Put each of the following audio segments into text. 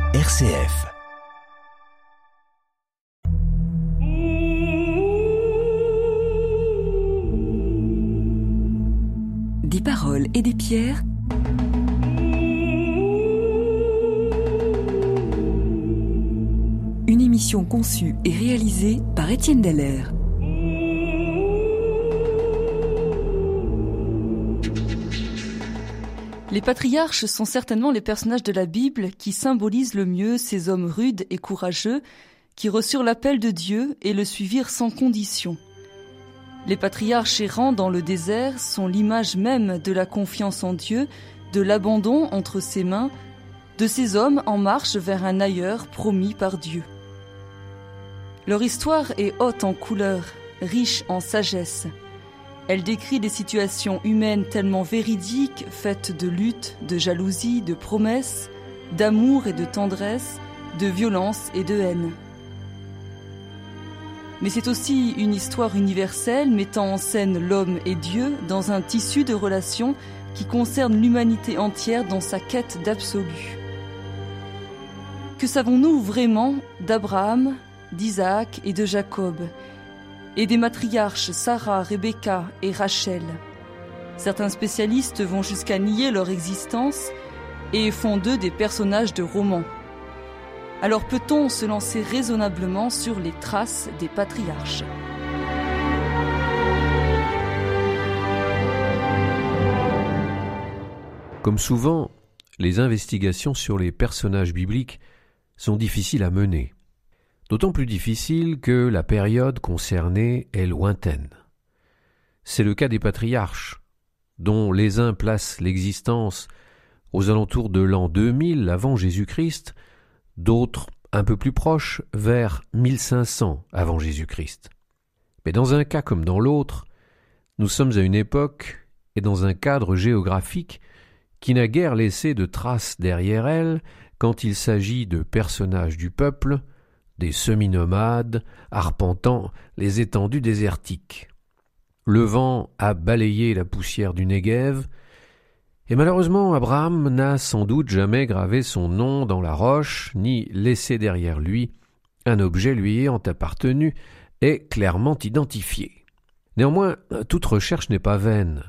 RCF. Des paroles et des pierres. Une émission conçue et réalisée par Étienne Dallaire. Les patriarches sont certainement les personnages de la Bible qui symbolisent le mieux ces hommes rudes et courageux qui reçurent l'appel de Dieu et le suivirent sans condition. Les patriarches errants dans le désert sont l'image même de la confiance en Dieu, de l'abandon entre ses mains, de ces hommes en marche vers un ailleurs promis par Dieu. Leur histoire est haute en couleurs, riche en sagesse. Elle décrit des situations humaines tellement véridiques, faites de lutte, de jalousie, de promesses, d'amour et de tendresse, de violence et de haine. Mais c'est aussi une histoire universelle mettant en scène l'homme et Dieu dans un tissu de relations qui concerne l'humanité entière dans sa quête d'absolu. Que savons-nous vraiment d'Abraham, d'Isaac et de Jacob, et des matriarches Sarah, Rebecca et Rachel? Certains spécialistes vont jusqu'à nier leur existence et font d'eux des personnages de romans. Alors peut-on se lancer raisonnablement sur les traces des patriarches ? Comme souvent, les investigations sur les personnages bibliques sont difficiles à mener. D'autant plus difficiles que la période concernée est lointaine. C'est le cas des patriarches, dont les uns placent l'existence aux alentours de l'an 2000 avant Jésus-Christ, d'autres un peu plus proches, vers 1500 avant Jésus-Christ. Mais dans un cas comme dans l'autre, nous sommes à une époque et dans un cadre géographique qui n'a guère laissé de traces derrière elle quand il s'agit de personnages du peuple, des semi-nomades arpentant les étendues désertiques. Le vent a balayé la poussière du Néguev, et malheureusement Abraham n'a sans doute jamais gravé son nom dans la roche, ni laissé derrière lui un objet lui ayant appartenu et clairement identifié. Néanmoins, toute recherche n'est pas vaine.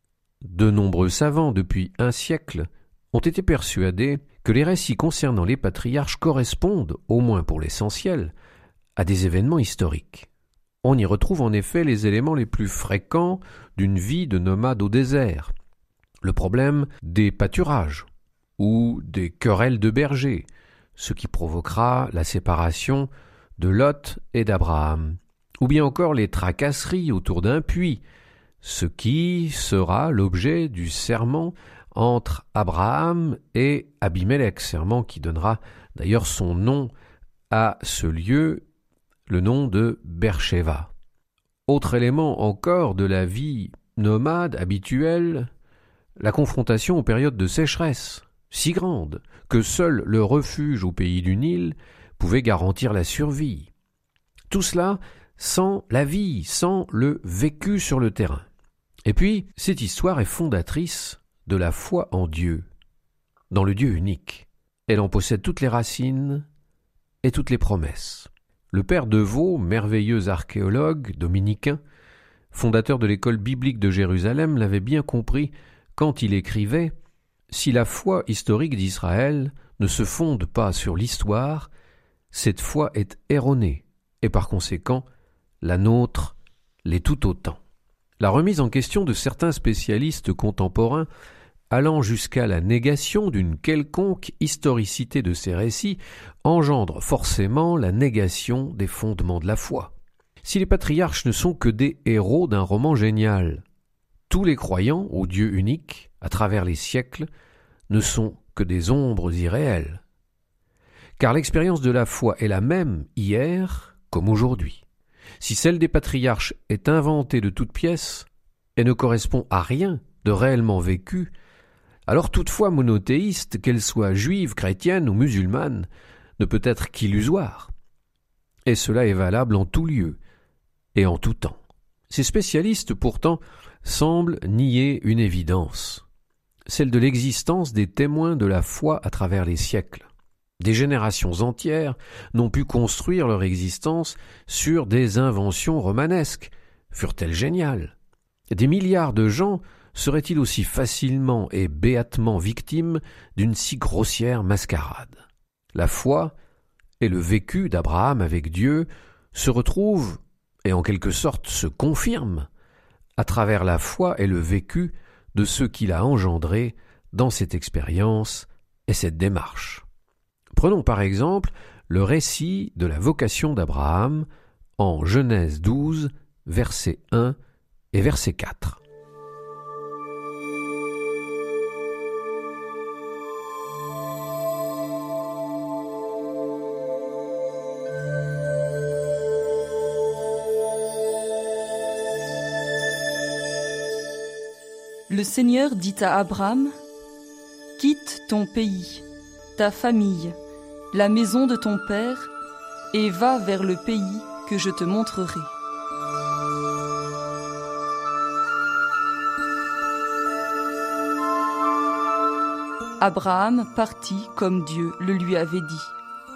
De nombreux savants, depuis un siècle, ont été persuadés que les récits concernant les patriarches correspondent, au moins pour l'essentiel, à des événements historiques. On y retrouve en effet les éléments les plus fréquents d'une vie de nomade au désert. Le problème des pâturages ou des querelles de bergers, ce qui provoquera la séparation de Lot et d'Abraham, ou bien encore les tracasseries autour d'un puits, ce qui sera l'objet du serment entre Abraham et Abimelech, serment qui donnera d'ailleurs son nom à ce lieu, le nom de Beersheba. Autre élément encore de la vie nomade habituelle, la confrontation aux périodes de sécheresse, si grande que seul le refuge au pays du Nil pouvait garantir la survie. Tout cela sans la vie, sans le vécu sur le terrain. Et puis, cette histoire est fondatrice de la foi en Dieu, dans le Dieu unique. Elle en possède toutes les racines et toutes les promesses. Le père Devaux, merveilleux archéologue dominicain, fondateur de l'école biblique de Jérusalem, l'avait bien compris quand il écrivait « Si la foi historique d'Israël ne se fonde pas sur l'histoire, cette foi est erronée, et par conséquent, la nôtre l'est tout autant. » La remise en question de certains spécialistes contemporains allant jusqu'à la négation d'une quelconque historicité de ces récits engendre forcément la négation des fondements de la foi. Si les patriarches ne sont que des héros d'un roman génial, tous les croyants au Dieu unique, à travers les siècles, ne sont que des ombres irréelles. Car l'expérience de la foi est la même hier comme aujourd'hui. Si celle des patriarches est inventée de toutes pièces et ne correspond à rien de réellement vécu, alors toute foi monothéiste, qu'elle soit juive, chrétienne ou musulmane, ne peut être qu'illusoire. Et cela est valable en tout lieu et en tout temps. Ces spécialistes, pourtant, semblent nier une évidence, celle de l'existence des témoins de la foi à travers les siècles. Des générations entières n'ont pu construire leur existence sur des inventions romanesques. Furent-elles géniales? Des milliards de gens seraient-ils aussi facilement et béatement victimes d'une si grossière mascarade? La foi et le vécu d'Abraham avec Dieu se retrouvent et en quelque sorte se confirment à travers la foi et le vécu de ceux qu'il a engendrés dans cette expérience et cette démarche. Prenons par exemple le récit de la vocation d'Abraham en Genèse 12, verset 1 et verset 4. Le Seigneur dit à Abraham, « Quitte ton pays, ta famille, la maison de ton père, et va vers le pays que je te montrerai. » Abraham partit comme Dieu le lui avait dit.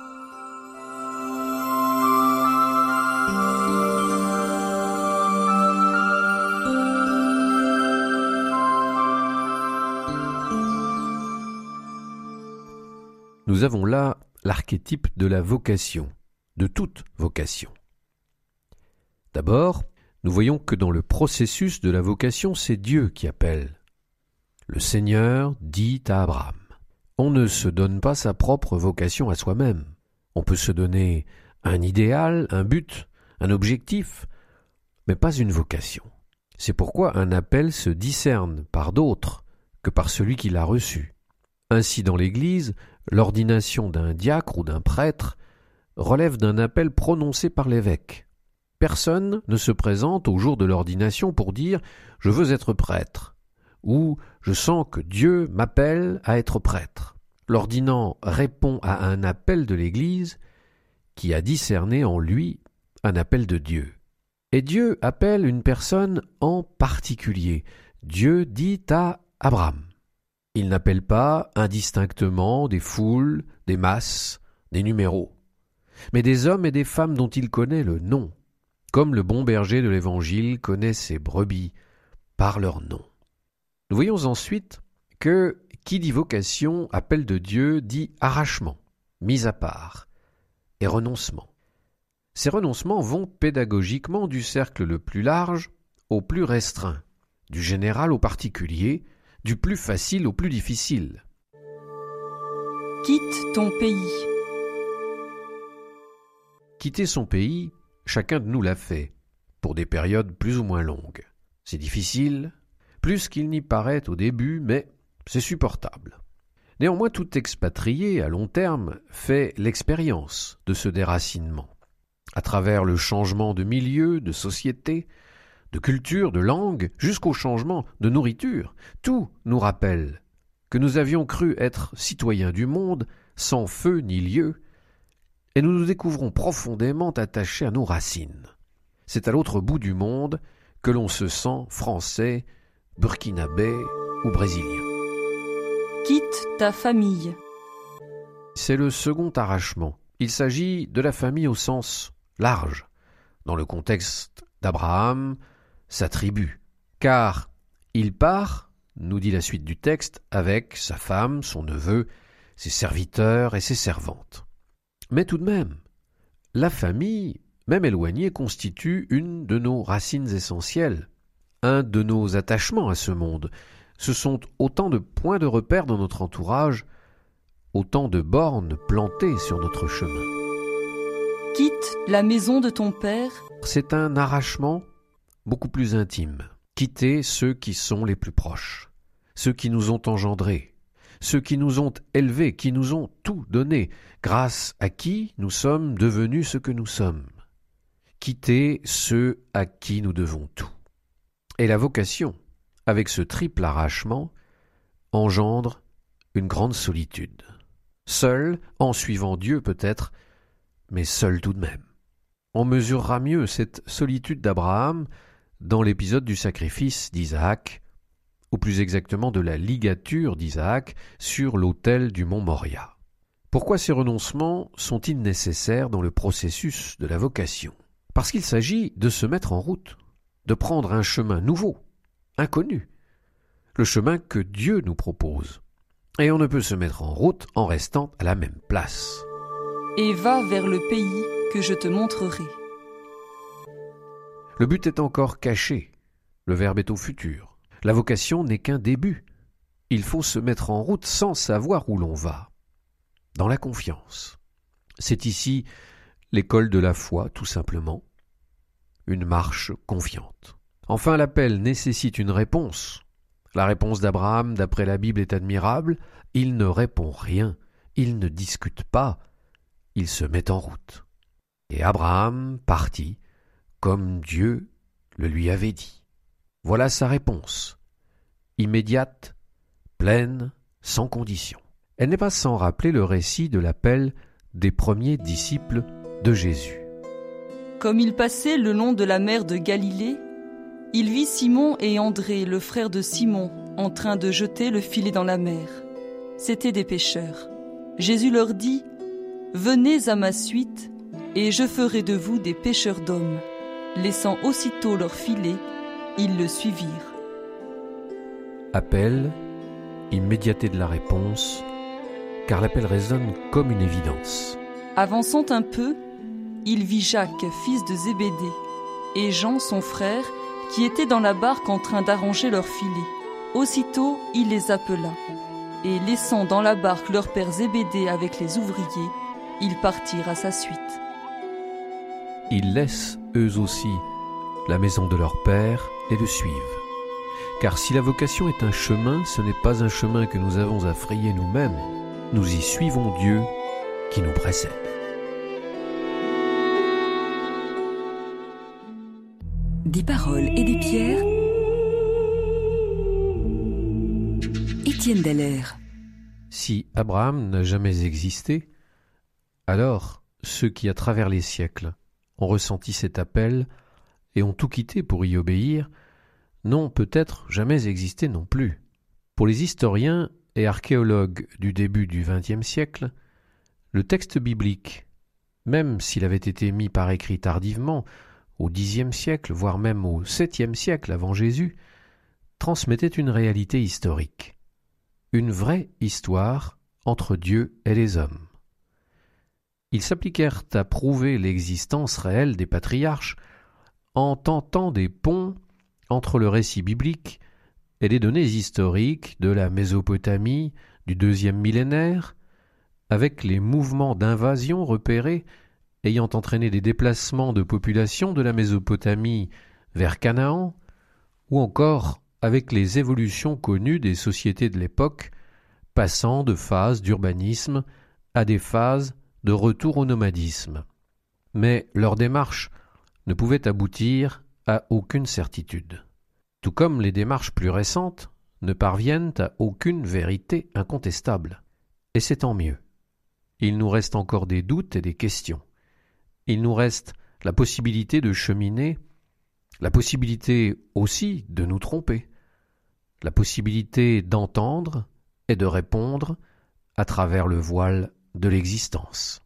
Nous avons là l'archétype de la vocation, de toute vocation. D'abord, nous voyons que dans le processus de la vocation, c'est Dieu qui appelle. Le Seigneur dit à Abraham. On ne se donne pas sa propre vocation à soi-même. On peut se donner un idéal, un but, un objectif, mais pas une vocation. C'est pourquoi un appel se discerne par d'autres que par celui qui l'a reçu. Ainsi, dans l'Église, l'ordination d'un diacre ou d'un prêtre relève d'un appel prononcé par l'évêque. Personne ne se présente au jour de l'ordination pour dire « je veux être prêtre » ou « je sens que Dieu m'appelle à être prêtre ». L'ordinant répond à un appel de l'Église qui a discerné en lui un appel de Dieu. Et Dieu appelle une personne en particulier. Dieu dit à Abraham. Il n'appelle pas indistinctement des foules, des masses, des numéros, mais des hommes et des femmes dont il connaît le nom, comme le bon berger de l'Évangile connaît ses brebis par leur nom. Nous voyons ensuite que qui dit vocation, appel de Dieu, dit arrachement, mise à part et renoncement. Ces renoncements vont pédagogiquement du cercle le plus large au plus restreint, du général au particulier, du plus facile au plus difficile. Quitte ton pays. Quitter son pays, chacun de nous l'a fait, pour des périodes plus ou moins longues. C'est difficile, plus qu'il n'y paraît au début, mais c'est supportable. Néanmoins, tout expatrié à long terme fait l'expérience de ce déracinement. À travers le changement de milieu, de société, de culture, de langue, jusqu'au changement de nourriture, tout nous rappelle que nous avions cru être citoyens du monde sans feu ni lieu, et nous nous découvrons profondément attachés à nos racines. C'est à l'autre bout du monde que l'on se sent français, burkinabé ou brésilien. Quitte ta famille. C'est le second arrachement. Il s'agit de la famille au sens large, dans le contexte d'Abraham, sa tribu. Car il part, nous dit la suite du texte, avec sa femme, son neveu, ses serviteurs et ses servantes. Mais tout de même, la famille, même éloignée, constitue une de nos racines essentielles, un de nos attachements à ce monde. Ce sont autant de points de repère dans notre entourage, autant de bornes plantées sur notre chemin. Quitte la maison de ton père. C'est un arrachement beaucoup plus intime. Quitter ceux qui sont les plus proches, ceux qui nous ont engendrés, ceux qui nous ont élevés, qui nous ont tout donné, grâce à qui nous sommes devenus ce que nous sommes. Quitter ceux à qui nous devons tout. Et la vocation, avec ce triple arrachement, engendre une grande solitude. Seul, en suivant Dieu peut-être, mais seul tout de même. On mesurera mieux cette solitude d'Abraham dans l'épisode du sacrifice d'Isaac, ou plus exactement de la ligature d'Isaac sur l'autel du mont Moria. Pourquoi ces renoncements sont-ils nécessaires dans le processus de la vocation? Parce qu'il s'agit de se mettre en route, de prendre un chemin nouveau, inconnu, le chemin que Dieu nous propose. Et on ne peut se mettre en route en restant à la même place. Et va vers le pays que je te montrerai. Le but est encore caché, le verbe est au futur. La vocation n'est qu'un début. Il faut se mettre en route sans savoir où l'on va, dans la confiance. C'est ici l'école de la foi, tout simplement, une marche confiante. Enfin, l'appel nécessite une réponse. La réponse d'Abraham, d'après la Bible, est admirable. Il ne répond rien, il ne discute pas, il se met en route. Et Abraham partit, comme Dieu le lui avait dit. Voilà sa réponse, immédiate, pleine, sans condition. Elle n'est pas sans rappeler le récit de l'appel des premiers disciples de Jésus. Comme il passait le long de la mer de Galilée, il vit Simon et André, le frère de Simon, en train de jeter le filet dans la mer. C'étaient des pêcheurs. Jésus leur dit : « Venez à ma suite, et je ferai de vous des pêcheurs d'hommes. » Laissant aussitôt leur filet, ils le suivirent. Appel, immédiateté de la réponse, car l'appel résonne comme une évidence. Avançant un peu, il vit Jacques, fils de Zébédée, et Jean, son frère, qui étaient dans la barque en train d'arranger leur filet. Aussitôt, il les appela, et laissant dans la barque leur père Zébédée avec les ouvriers, ils partirent à sa suite. Ils laissent, eux aussi, la maison de leur père et le suivent. Car si la vocation est un chemin, ce n'est pas un chemin que nous avons à frayer nous-mêmes. Nous y suivons Dieu qui nous précède. Des paroles et des pierres. Étienne Dallaire. Si Abraham n'a jamais existé, alors ceux qui, à travers les siècles, ont ressenti cet appel et ont tout quitté pour y obéir, n'ont peut-être jamais existé non plus. Pour les historiens et archéologues du début du XXe siècle, le texte biblique, même s'il avait été mis par écrit tardivement, au Xe siècle, voire même au VIIe siècle avant Jésus, transmettait une réalité historique, une vraie histoire entre Dieu et les hommes. Ils s'appliquèrent à prouver l'existence réelle des patriarches en tentant des ponts entre le récit biblique et les données historiques de la Mésopotamie du deuxième millénaire, avec les mouvements d'invasion repérés ayant entraîné des déplacements de population de la Mésopotamie vers Canaan, ou encore avec les évolutions connues des sociétés de l'époque, passant de phases d'urbanisme à des phases de retour au nomadisme. Mais leur démarche ne pouvait aboutir à aucune certitude, tout comme les démarches plus récentes ne parviennent à aucune vérité incontestable. Et c'est tant mieux. Il nous reste encore des doutes et des questions. Il nous reste la possibilité de cheminer, la possibilité aussi de nous tromper, la possibilité d'entendre et de répondre à travers le voile de l'existence.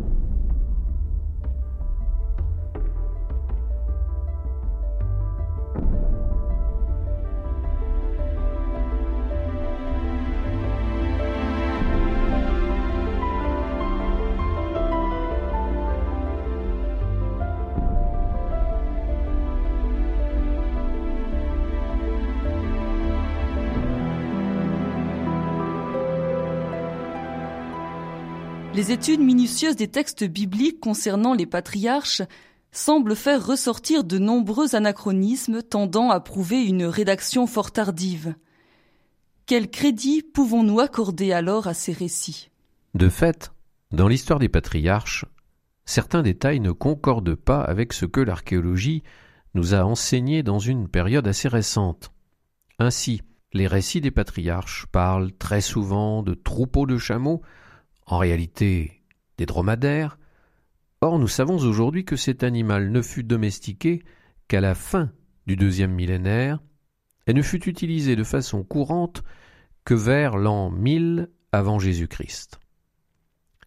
Les études minutieuses des textes bibliques concernant les patriarches semblent faire ressortir de nombreux anachronismes tendant à prouver une rédaction fort tardive. Quel crédit pouvons-nous accorder alors à ces récits ? De fait, dans l'histoire des patriarches, certains détails ne concordent pas avec ce que l'archéologie nous a enseigné dans une période assez récente. Ainsi, les récits des patriarches parlent très souvent de troupeaux de chameaux, en réalité des dromadaires. Or, nous savons aujourd'hui que cet animal ne fut domestiqué qu'à la fin du deuxième millénaire et ne fut utilisé de façon courante que vers l'an 1000 avant Jésus-Christ.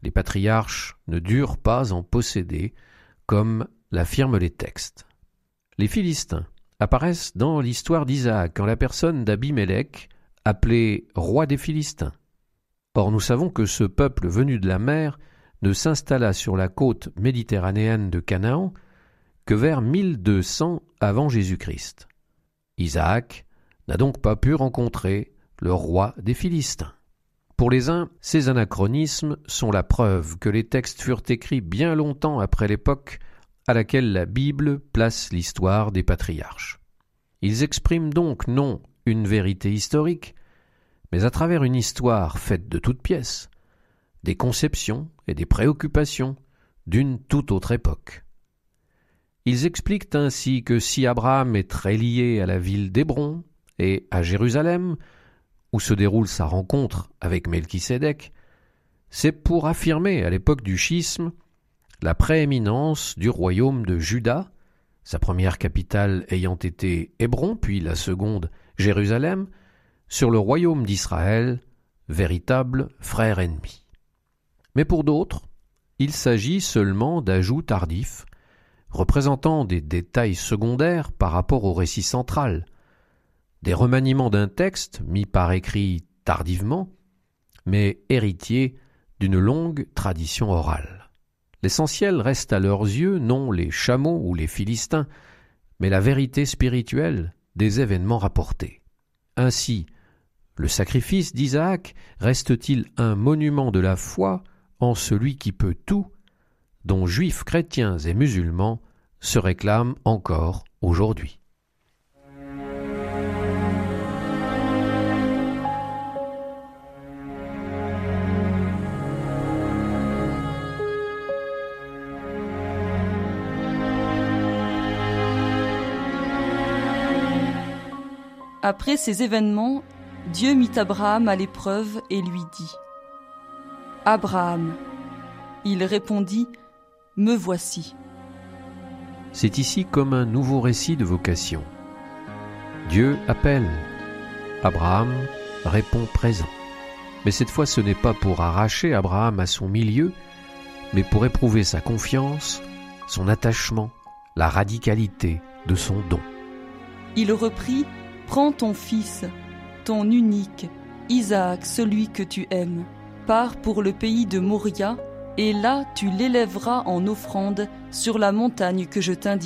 Les patriarches ne durent pas en posséder, comme l'affirment les textes. Les Philistins apparaissent dans l'histoire d'Isaac en la personne d'Abimélec, appelé roi des Philistins. Or nous savons que ce peuple venu de la mer ne s'installa sur la côte méditerranéenne de Canaan que vers 1200 avant Jésus-Christ. Isaac n'a donc pas pu rencontrer le roi des Philistins. Pour les uns, ces anachronismes sont la preuve que les textes furent écrits bien longtemps après l'époque à laquelle la Bible place l'histoire des patriarches. Ils expriment donc non une vérité historique, mais à travers une histoire faite de toutes pièces, des conceptions et des préoccupations d'une toute autre époque. Ils expliquent ainsi que si Abraham est très lié à la ville d'Hébron et à Jérusalem, où se déroule sa rencontre avec Melchisédek, c'est pour affirmer à l'époque du schisme la prééminence du royaume de Juda, sa première capitale ayant été Hébron, puis la seconde Jérusalem, sur le royaume d'Israël, véritable frère ennemi. Mais pour d'autres, il s'agit seulement d'ajouts tardifs, représentant des détails secondaires par rapport au récit central, des remaniements d'un texte mis par écrit tardivement, mais héritier d'une longue tradition orale. L'essentiel reste à leurs yeux non les chameaux ou les Philistins, mais la vérité spirituelle des événements rapportés. Ainsi, le sacrifice d'Isaac reste-t-il un monument de la foi en celui qui peut tout, dont juifs, chrétiens et musulmans se réclament encore aujourd'hui. Après ces événements, Dieu mit Abraham à l'épreuve et lui dit : « Abraham !» Il répondit : « Me voici. » C'est ici comme un nouveau récit de vocation. Dieu appelle. Abraham répond présent. Mais cette fois, ce n'est pas pour arracher Abraham à son milieu, mais pour éprouver sa confiance, son attachement, la radicalité de son don. Il reprit : « Prends ton fils, ton unique, Isaac, celui que tu aimes. Pars pour le pays de Moria, et là tu l'élèveras en offrande sur la montagne que je t'indiquerai. »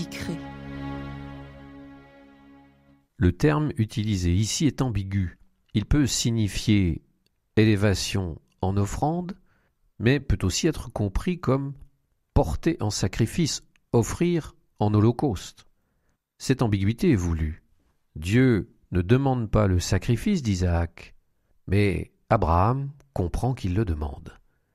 Le terme utilisé ici est ambigu. Il peut signifier élévation en offrande, mais peut aussi être compris comme porter en sacrifice, offrir en holocauste. Cette ambiguïté est voulue. Dieu ne demande pas le sacrifice d'Isaac, mais Abraham comprend qu'il le demande.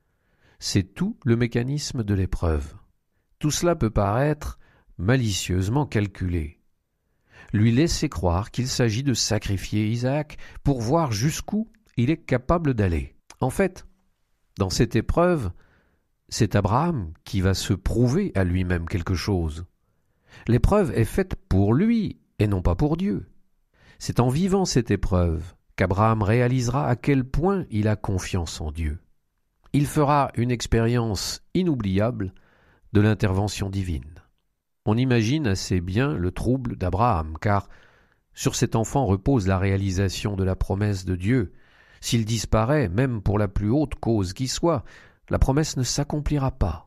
C'est tout le mécanisme de l'épreuve. Tout cela peut paraître malicieusement calculé. Lui laisser croire qu'il s'agit de sacrifier Isaac pour voir jusqu'où il est capable d'aller. En fait, dans cette épreuve, c'est Abraham qui va se prouver à lui-même quelque chose. L'épreuve est faite pour lui et non pas pour Dieu. C'est en vivant cette épreuve qu'Abraham réalisera à quel point il a confiance en Dieu. Il fera une expérience inoubliable de l'intervention divine. On imagine assez bien le trouble d'Abraham, car sur cet enfant repose la réalisation de la promesse de Dieu. S'il disparaît, même pour la plus haute cause qui soit, la promesse ne s'accomplira pas.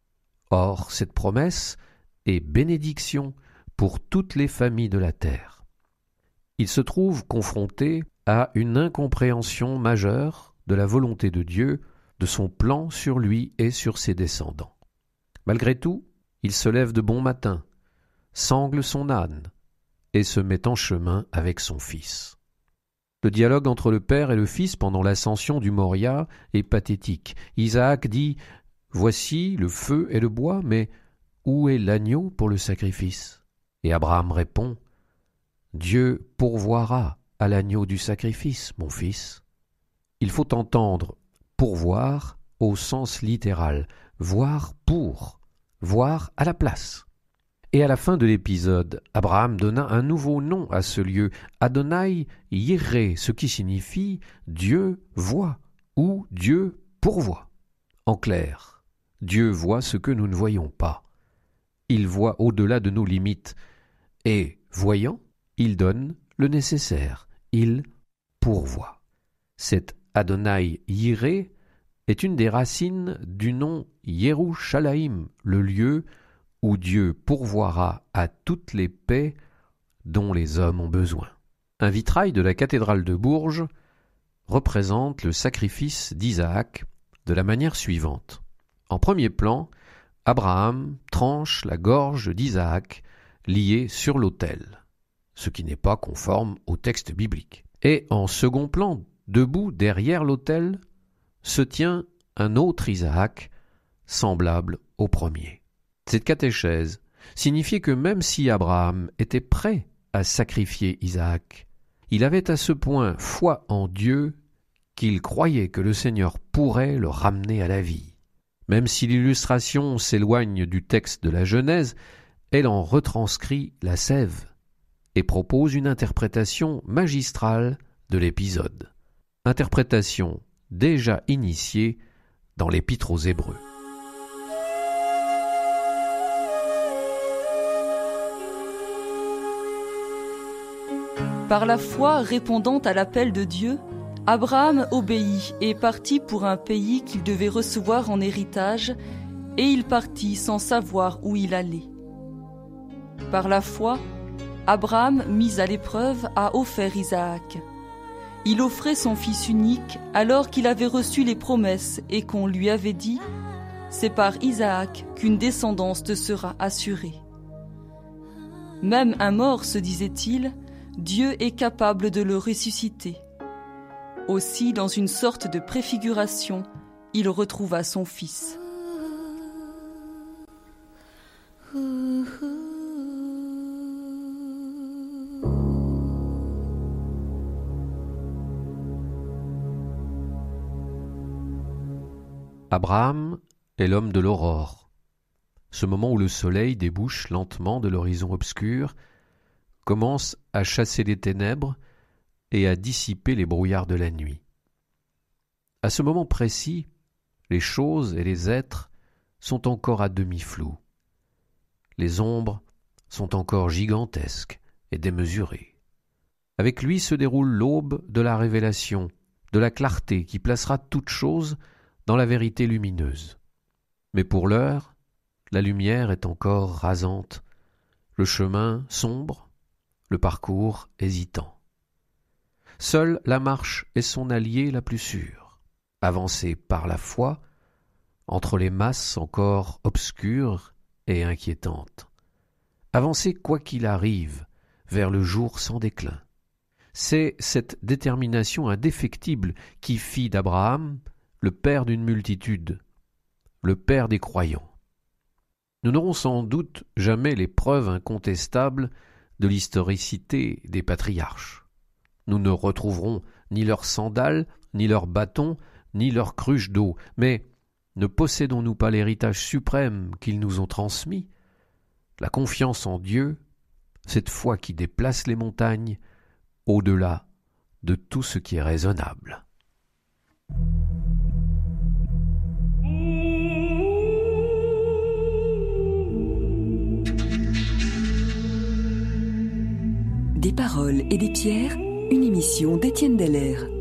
Or, cette promesse est bénédiction pour toutes les familles de la terre. Il se trouve confronté à une incompréhension majeure de la volonté de Dieu, de son plan sur lui et sur ses descendants. Malgré tout, il se lève de bon matin, sangle son âne et se met en chemin avec son fils. Le dialogue entre le père et le fils pendant l'ascension du Moria est pathétique. Isaac dit « Voici le feu et le bois, mais où est l'agneau pour le sacrifice ?» Et Abraham répond « Dieu pourvoira à l'agneau du sacrifice, mon fils. » Il faut entendre « pourvoir » au sens littéral, voir pour, voir à la place. Et à la fin de l'épisode, Abraham donna un nouveau nom à ce lieu, Adonai Yireh, ce qui signifie Dieu voit ou Dieu pourvoit. En clair, Dieu voit ce que nous ne voyons pas. Il voit au-delà de nos limites et, voyant, il donne le nécessaire. Il pourvoit. Cet Adonai Yireh est une des racines du nom Yerushalayim, le lieu où Dieu pourvoira à toutes les paix dont les hommes ont besoin. Un vitrail de la cathédrale de Bourges représente le sacrifice d'Isaac de la manière suivante. En premier plan, Abraham tranche la gorge d'Isaac liée sur l'autel, ce qui n'est pas conforme au texte biblique. Et en second plan, debout derrière l'autel, se tient un autre Isaac, semblable au premier. Cette catéchèse signifiait que même si Abraham était prêt à sacrifier Isaac, il avait à ce point foi en Dieu qu'il croyait que le Seigneur pourrait le ramener à la vie. Même si l'illustration s'éloigne du texte de la Genèse, elle en retranscrit la sève et propose une interprétation magistrale de l'épisode. Interprétation déjà initiée dans l'Épître aux Hébreux. Par la foi répondant à l'appel de Dieu, Abraham obéit et partit pour un pays qu'il devait recevoir en héritage, et il partit sans savoir où il allait. Par la foi, Abraham, mis à l'épreuve, a offert Isaac. Il offrait son fils unique alors qu'il avait reçu les promesses et qu'on lui avait dit « C'est par Isaac qu'une descendance te sera assurée ». Même un mort, se disait-il, Dieu est capable de le ressusciter. Aussi, dans une sorte de préfiguration, il retrouva son fils. Abraham est l'homme de l'aurore, ce moment où le soleil débouche lentement de l'horizon obscur, commence à chasser les ténèbres et à dissiper les brouillards de la nuit. À ce moment précis, les choses et les êtres sont encore à demi flous. Les ombres sont encore gigantesques et démesurées. Avec lui se déroule l'aube de la révélation, de la clarté qui placera toute chose dans la vérité lumineuse. Mais pour l'heure, la lumière est encore rasante, le chemin sombre, le parcours hésitant. Seule la marche est son allié la plus sûre. Avancer par la foi, entre les masses encore obscures et inquiétantes. Avancer quoi qu'il arrive, vers le jour sans déclin. C'est cette détermination indéfectible qui fit d'Abraham le père d'une multitude, le père des croyants. Nous n'aurons sans doute jamais les preuves incontestables de l'historicité des patriarches. Nous ne retrouverons ni leurs sandales, ni leurs bâtons, ni leurs cruches d'eau, mais ne possédons-nous pas l'héritage suprême qu'ils nous ont transmis? La confiance en Dieu, cette foi qui déplace les montagnes, au-delà de tout ce qui est raisonnable. Des paroles et des pierres, une émission d'Étienne Deller.